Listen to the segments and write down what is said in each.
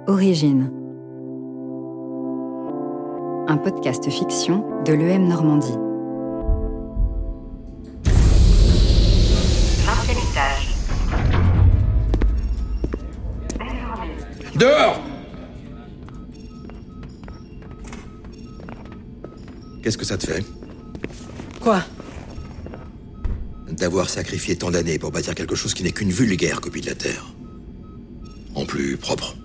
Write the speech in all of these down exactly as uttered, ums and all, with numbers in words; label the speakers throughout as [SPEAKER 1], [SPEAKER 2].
[SPEAKER 1] Origine. Un podcast fiction de l'E M Normandie.
[SPEAKER 2] vingtième étage.
[SPEAKER 3] Dehors! Qu'est-ce que ça te fait?
[SPEAKER 4] Quoi?
[SPEAKER 3] D'avoir sacrifié tant d'années pour bâtir quelque chose qui n'est qu'une vulgaire copie de la Terre. En plus propre.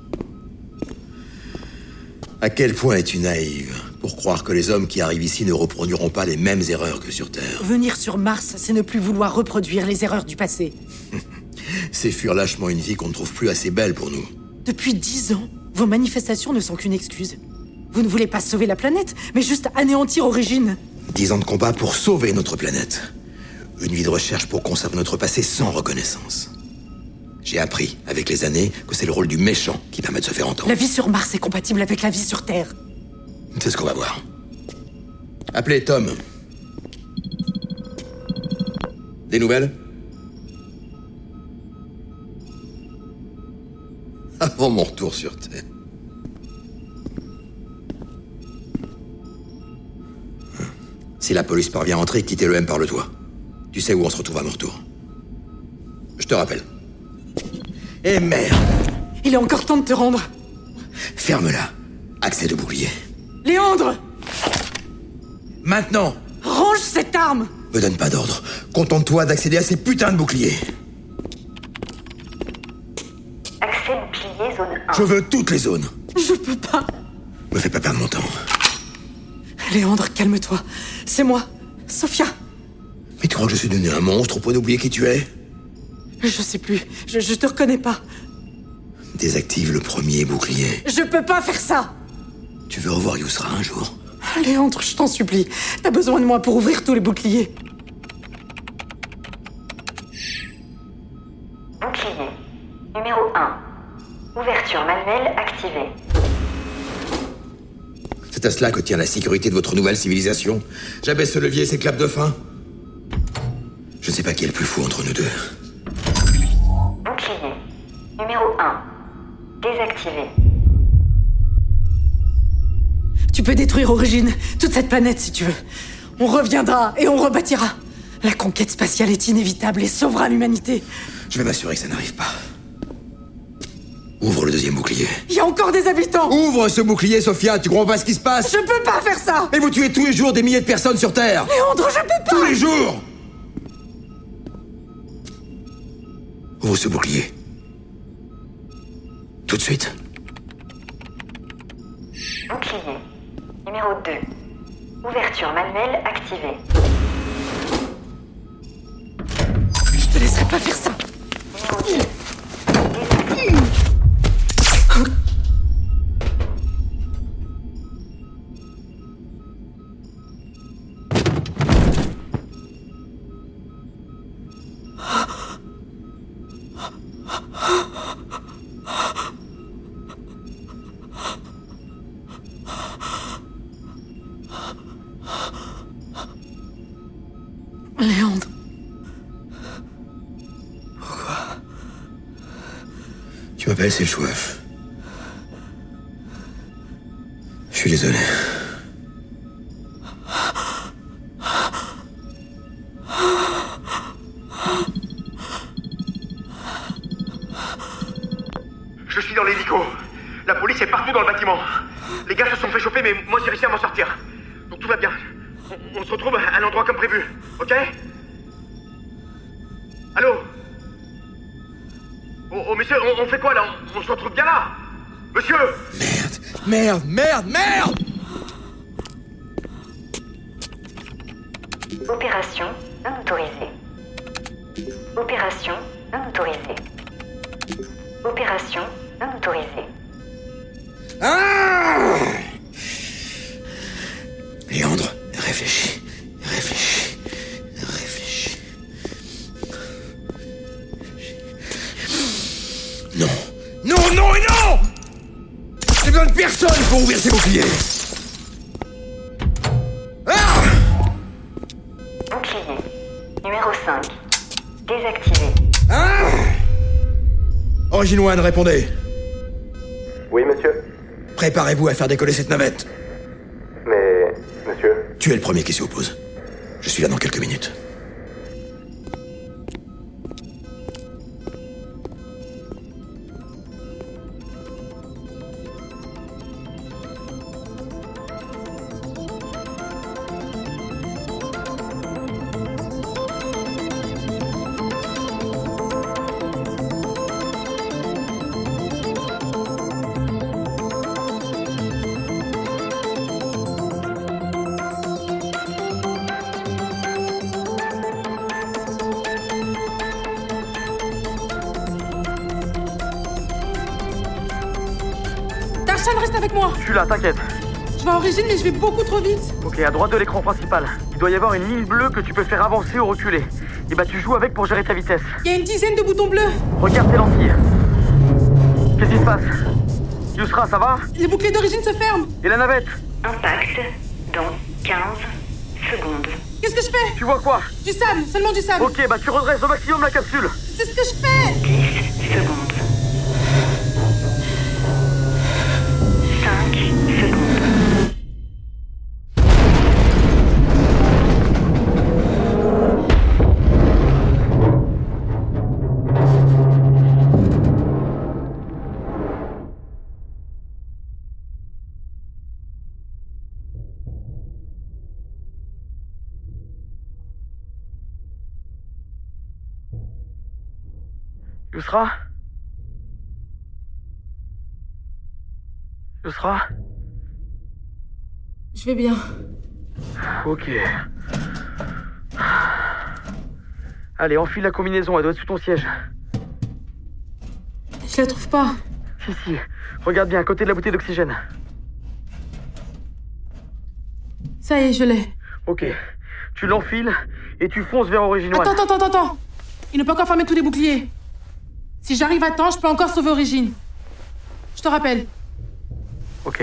[SPEAKER 3] À quel point es-tu naïve pour croire que les hommes qui arrivent ici ne reproduiront pas les mêmes erreurs que sur Terre?
[SPEAKER 4] Venir sur Mars, c'est ne plus vouloir reproduire les erreurs du passé.
[SPEAKER 3] C'est fuir lâchement une vie qu'on ne trouve plus assez belle pour nous.
[SPEAKER 4] Depuis dix ans, vos manifestations ne sont qu'une excuse. Vous ne voulez pas sauver la planète, mais juste anéantir Origine.
[SPEAKER 3] Dix ans de combat pour sauver notre planète. Une vie de recherche pour conserver notre passé sans reconnaissance. J'ai appris, avec les années, que c'est le rôle du méchant qui permet de se faire entendre.
[SPEAKER 4] La vie sur Mars est compatible avec la vie sur Terre.
[SPEAKER 3] C'est ce qu'on va voir. Appelez Tom. Des nouvelles? Avant mon retour sur Terre. Si la police parvient à entrer, quittez le M par le toit. Tu sais où on se retrouve à mon retour. Je te rappelle. Eh merde!
[SPEAKER 4] Il est encore temps de te rendre.
[SPEAKER 3] Ferme-la. Accès de bouclier.
[SPEAKER 4] Léandre!
[SPEAKER 3] Maintenant!
[SPEAKER 4] Range cette arme!
[SPEAKER 3] Me donne pas d'ordre. Contente-toi d'accéder à ces putains de boucliers.
[SPEAKER 2] Accès bouclier zone un.
[SPEAKER 3] Je veux toutes les zones.
[SPEAKER 4] Je peux pas.
[SPEAKER 3] Me fais pas perdre mon temps.
[SPEAKER 4] Léandre, calme-toi. C'est moi, Sophia.
[SPEAKER 3] Mais tu crois que je suis devenu un monstre au point d'oublier qui tu es?
[SPEAKER 4] Je sais plus. Je, je te reconnais pas.
[SPEAKER 3] Désactive le premier bouclier.
[SPEAKER 4] Je peux pas faire ça!
[SPEAKER 3] Tu veux revoir Yousra un jour?
[SPEAKER 4] Léandre, je t'en supplie. T'as besoin de moi pour ouvrir tous les boucliers.
[SPEAKER 2] Bouclier. Numéro un. Ouverture manuelle activée.
[SPEAKER 3] C'est à cela que tient la sécurité de votre nouvelle civilisation. J'abaisse ce levier et ces claps de fin. Je sais pas qui est le plus fou entre nous deux.
[SPEAKER 2] Bouclier. Numéro un. Désactivé.
[SPEAKER 4] Tu peux détruire Origine, toute cette planète si tu veux. On reviendra et on rebâtira. La conquête spatiale est inévitable et sauvera l'humanité.
[SPEAKER 3] Je vais m'assurer que ça n'arrive pas. Ouvre le deuxième bouclier.
[SPEAKER 4] Il y a encore des habitants!
[SPEAKER 3] Ouvre ce bouclier, Sophia. Tu comprends pas ce qui se passe?
[SPEAKER 4] Je peux pas faire ça!
[SPEAKER 3] Et vous tuez tous les jours des milliers de personnes sur Terre.
[SPEAKER 4] Léandre, je peux pas!
[SPEAKER 3] Tous les jours. Ouvre ce bouclier. Tout de suite.
[SPEAKER 2] Bouclier. Numéro deux. Ouverture manuelle activée.
[SPEAKER 4] Je te laisserai pas faire ça!
[SPEAKER 2] Numéro deux. Désactivé.
[SPEAKER 4] Léandre.
[SPEAKER 3] Tu m'appelles Séchouef. Je suis désolé.
[SPEAKER 5] Je suis dans l'hélico. La police est partout dans le bâtiment. Les gars se sont fait choper, mais moi j'ai réussi à m'en sortir. Donc tout va bien. On, on se retrouve à un endroit comme prévu, ok? Allô? Oh, oh monsieur, on, on fait quoi là? on, on se retrouve bien là? Monsieur!
[SPEAKER 3] Merde, merde, merde, merde!
[SPEAKER 2] Opération non autorisée. Opération non autorisée. Opération non autorisée.
[SPEAKER 3] Ah! Léandre, réfléchis, réfléchis, réfléchis. Non, non, non et non! J'ai besoin de personne pour ouvrir ces boucliers. Ah!
[SPEAKER 2] Bouclier. Numéro cinq. Désactivé.
[SPEAKER 3] Ah! Origine One, répondez.
[SPEAKER 5] Oui, monsieur.
[SPEAKER 3] Préparez-vous à faire décoller cette navette.
[SPEAKER 5] Mais... monsieur...
[SPEAKER 3] Tu es le premier qui s'y oppose. Je suis là dans quelques minutes.
[SPEAKER 4] Darshan, reste avec moi.
[SPEAKER 5] Je suis là, t'inquiète.
[SPEAKER 4] Je vais à Origine, mais je vais beaucoup trop vite.
[SPEAKER 5] Ok, à droite de l'écran principal, il doit y avoir une ligne bleue que tu peux faire avancer ou reculer. Et bah tu joues avec pour gérer ta vitesse.
[SPEAKER 4] Il y a une dizaine de boutons bleus.
[SPEAKER 5] Regarde tes lentilles. Qu'est-ce qui se passe? Yusra, ça va?
[SPEAKER 4] Les boucliers d'Origine se ferment.
[SPEAKER 5] Et la navette?
[SPEAKER 2] Impact dans quinze secondes.
[SPEAKER 4] Qu'est-ce que je fais?
[SPEAKER 5] Tu vois quoi?
[SPEAKER 4] Du sable, seulement du sable.
[SPEAKER 5] Ok, bah tu redresses au maximum la capsule.
[SPEAKER 4] C'est ce que je fais.
[SPEAKER 2] dix secondes. cinq secondes.
[SPEAKER 5] Yusra? Yusra?
[SPEAKER 4] Je vais bien.
[SPEAKER 5] Ok. Allez, enfile la combinaison, elle doit être sous ton siège.
[SPEAKER 4] Je la trouve pas.
[SPEAKER 5] Si, si. Regarde bien, à côté de la bouteille d'oxygène.
[SPEAKER 4] Ça y est, je l'ai.
[SPEAKER 5] Ok. Tu l'enfiles et tu fonces vers Origine One.
[SPEAKER 4] Attends, attends, attends, attends. Il ne peut encore fermer tous les boucliers. Si j'arrive à temps, je peux encore sauver Origine. Je te rappelle.
[SPEAKER 5] Ok.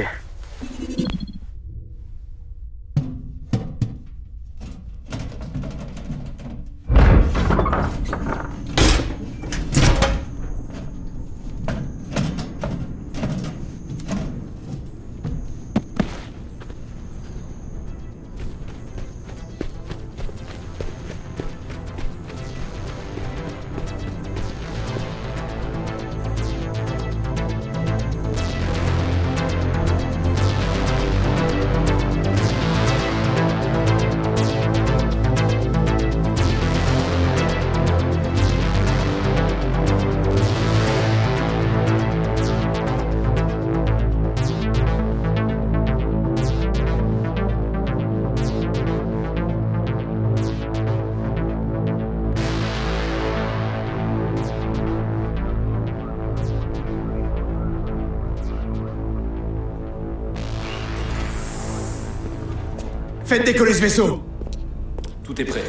[SPEAKER 3] Faites décoller ce vaisseau!
[SPEAKER 6] Tout est prêt.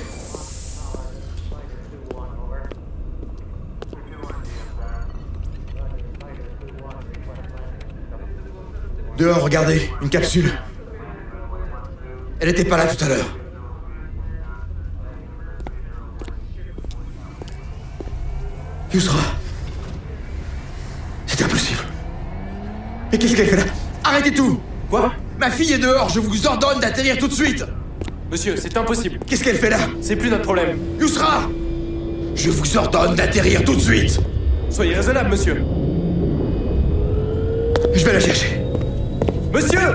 [SPEAKER 3] Dehors, regardez, une capsule. Elle était pas là tout à l'heure. Yusra. C'est impossible. Mais qu'est-ce qu'elle fait là? Arrêtez tout!
[SPEAKER 6] Quoi?
[SPEAKER 3] Ma fille est dehors, je vous ordonne d'atterrir tout de suite!
[SPEAKER 6] Monsieur, c'est impossible.
[SPEAKER 3] Qu'est-ce qu'elle fait là?
[SPEAKER 6] C'est plus notre problème.
[SPEAKER 3] Yusra! Je vous ordonne d'atterrir tout de suite!
[SPEAKER 6] Soyez raisonnable, monsieur.
[SPEAKER 3] Je vais la chercher.
[SPEAKER 6] Monsieur!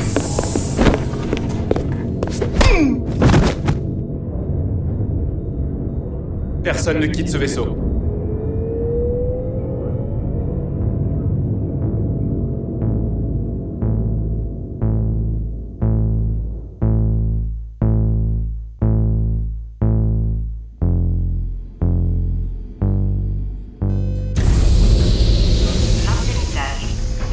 [SPEAKER 6] Personne ne quitte ce vaisseau.
[SPEAKER 2] Atterrissage.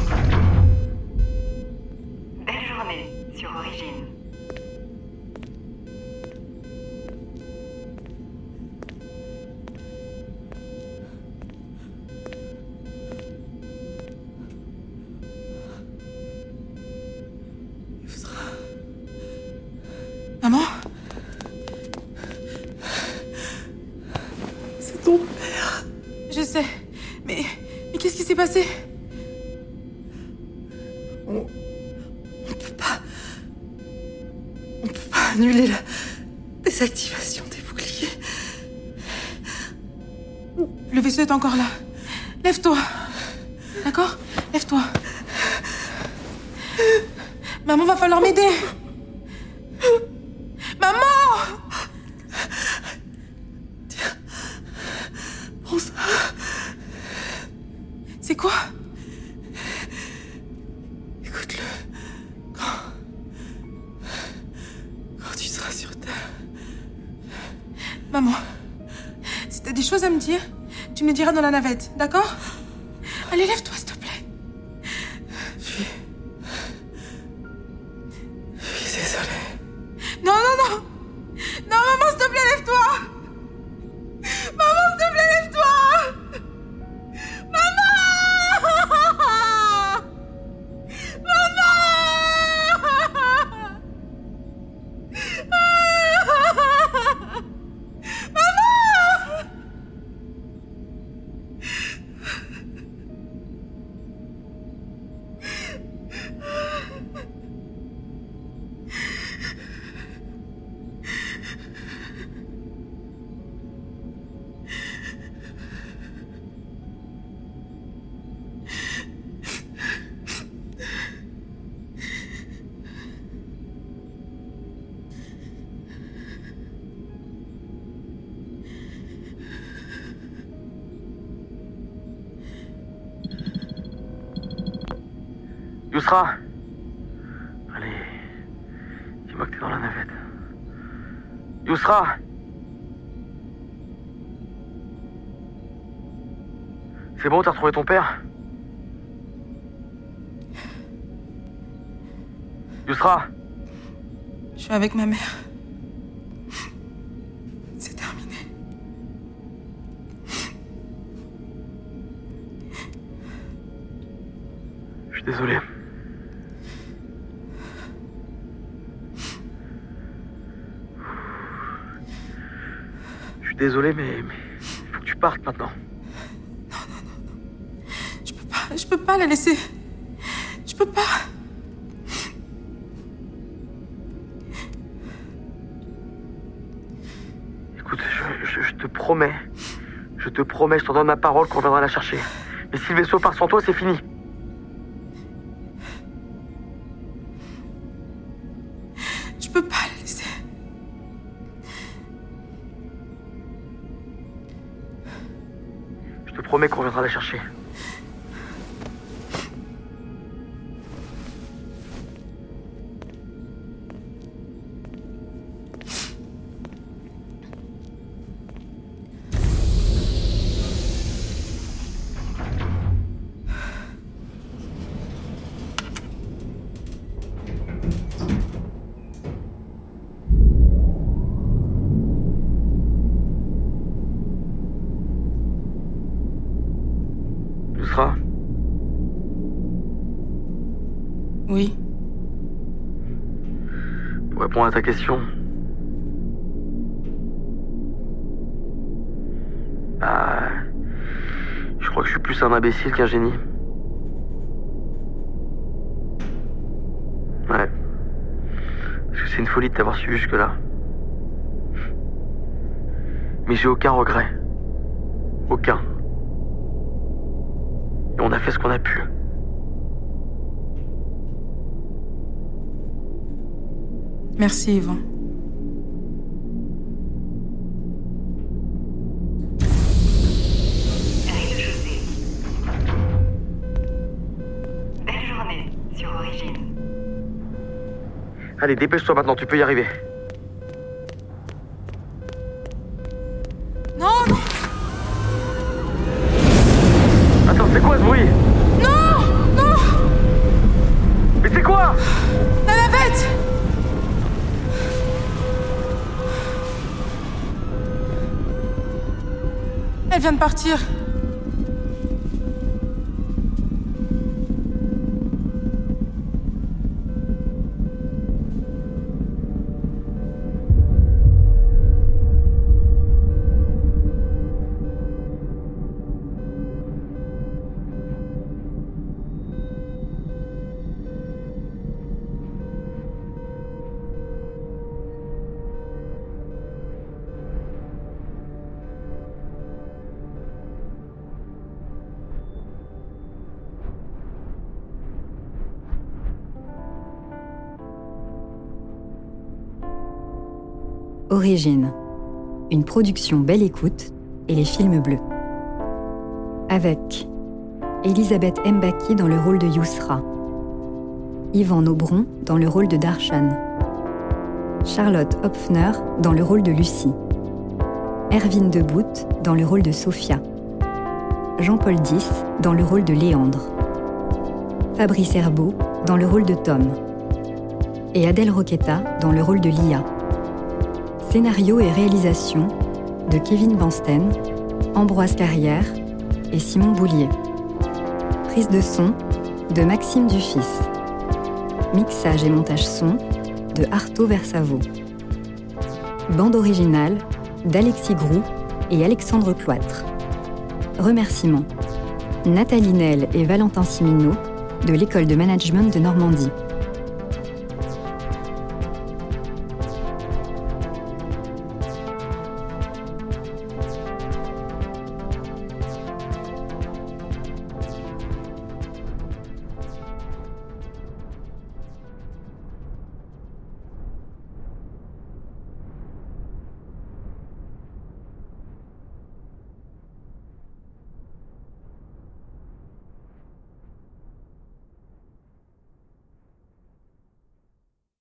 [SPEAKER 2] Belle journée sur Origine.
[SPEAKER 4] Maman? C'est ton père. Je sais. Mais, mais qu'est-ce qui s'est passé?
[SPEAKER 3] On,
[SPEAKER 4] annuler la désactivation des boucliers.
[SPEAKER 7] Le vaisseau est encore là. Lève-toi. D'accord ? Lève-toi. Maman, va falloir m'aider. Maman !
[SPEAKER 4] Tiens. Prends ça.
[SPEAKER 7] C'est quoi ?
[SPEAKER 4] Écoute-le. Quand... Quand tu seras sur Terre...
[SPEAKER 7] Maman, si t'as des choses à me dire, tu me les diras dans la navette, d'accord ? Allez, lève-toi, s'il te plaît.
[SPEAKER 4] Je suis... Je suis désolée.
[SPEAKER 7] Non, non, non. Non, maman, s'il te plaît, lève-toi. Maman, s'il te plaît, lève-toi. Maman.
[SPEAKER 5] Yousra! Allez, dis-moi que t'es dans la navette. Yousra! C'est bon, t'as retrouvé ton père? Yousra!
[SPEAKER 7] Je suis avec ma mère. C'est terminé.
[SPEAKER 5] Je suis désolé. Je suis désolé, mais mais il faut que tu partes maintenant.
[SPEAKER 7] Non, non, non, non. Je peux pas, je peux pas la laisser. Je peux pas.
[SPEAKER 5] Écoute, je, je, je te promets, je te promets, je t'en donne ma parole qu'on viendra la chercher. Mais si le vaisseau part sans toi, c'est fini.
[SPEAKER 7] Je peux pas la laisser.
[SPEAKER 5] Je te promets qu'on viendra la chercher. Yousra?
[SPEAKER 7] Oui.
[SPEAKER 5] Pour répondre à ta question. Bah. Je crois que je suis plus un imbécile qu'un génie. Ouais. Parce que c'est une folie de t'avoir suivi jusque-là. Mais j'ai aucun regret. Aucun. Et on a fait ce qu'on a pu.
[SPEAKER 7] Merci, Yvan.
[SPEAKER 2] Marie-Josée. Belle journée sur Origine.
[SPEAKER 5] Allez, dépêche-toi maintenant, tu peux y arriver.
[SPEAKER 7] Non, non.
[SPEAKER 5] Attends, c'est quoi ce bruit?
[SPEAKER 7] Non, non.
[SPEAKER 5] Mais c'est quoi?
[SPEAKER 7] La navette. Elle vient de partir.
[SPEAKER 1] Origine, une production Belle Écoute et les films bleus. Avec Elisabeth Mbaki dans le rôle de Yousra, Yvan Aubron dans le rôle de Darshan, Charlotte Hopfner dans le rôle de Lucie, Erwin Debout dans le rôle de Sophia, Jean-Paul Dix dans le rôle de Léandre, Fabrice Herbeau dans le rôle de Tom et Adèle Roqueta dans le rôle de Lia. Scénario et réalisation de Kevin Vansten, Ambroise Carrière et Simon Boulier. Prise de son de Maxime Dufis. Mixage et montage son de Arto Versavo. Bande originale d'Alexis Groux et Alexandre Cloître. Remerciements Nathalie Nel et Valentin Simino de l'École de Management de Normandie.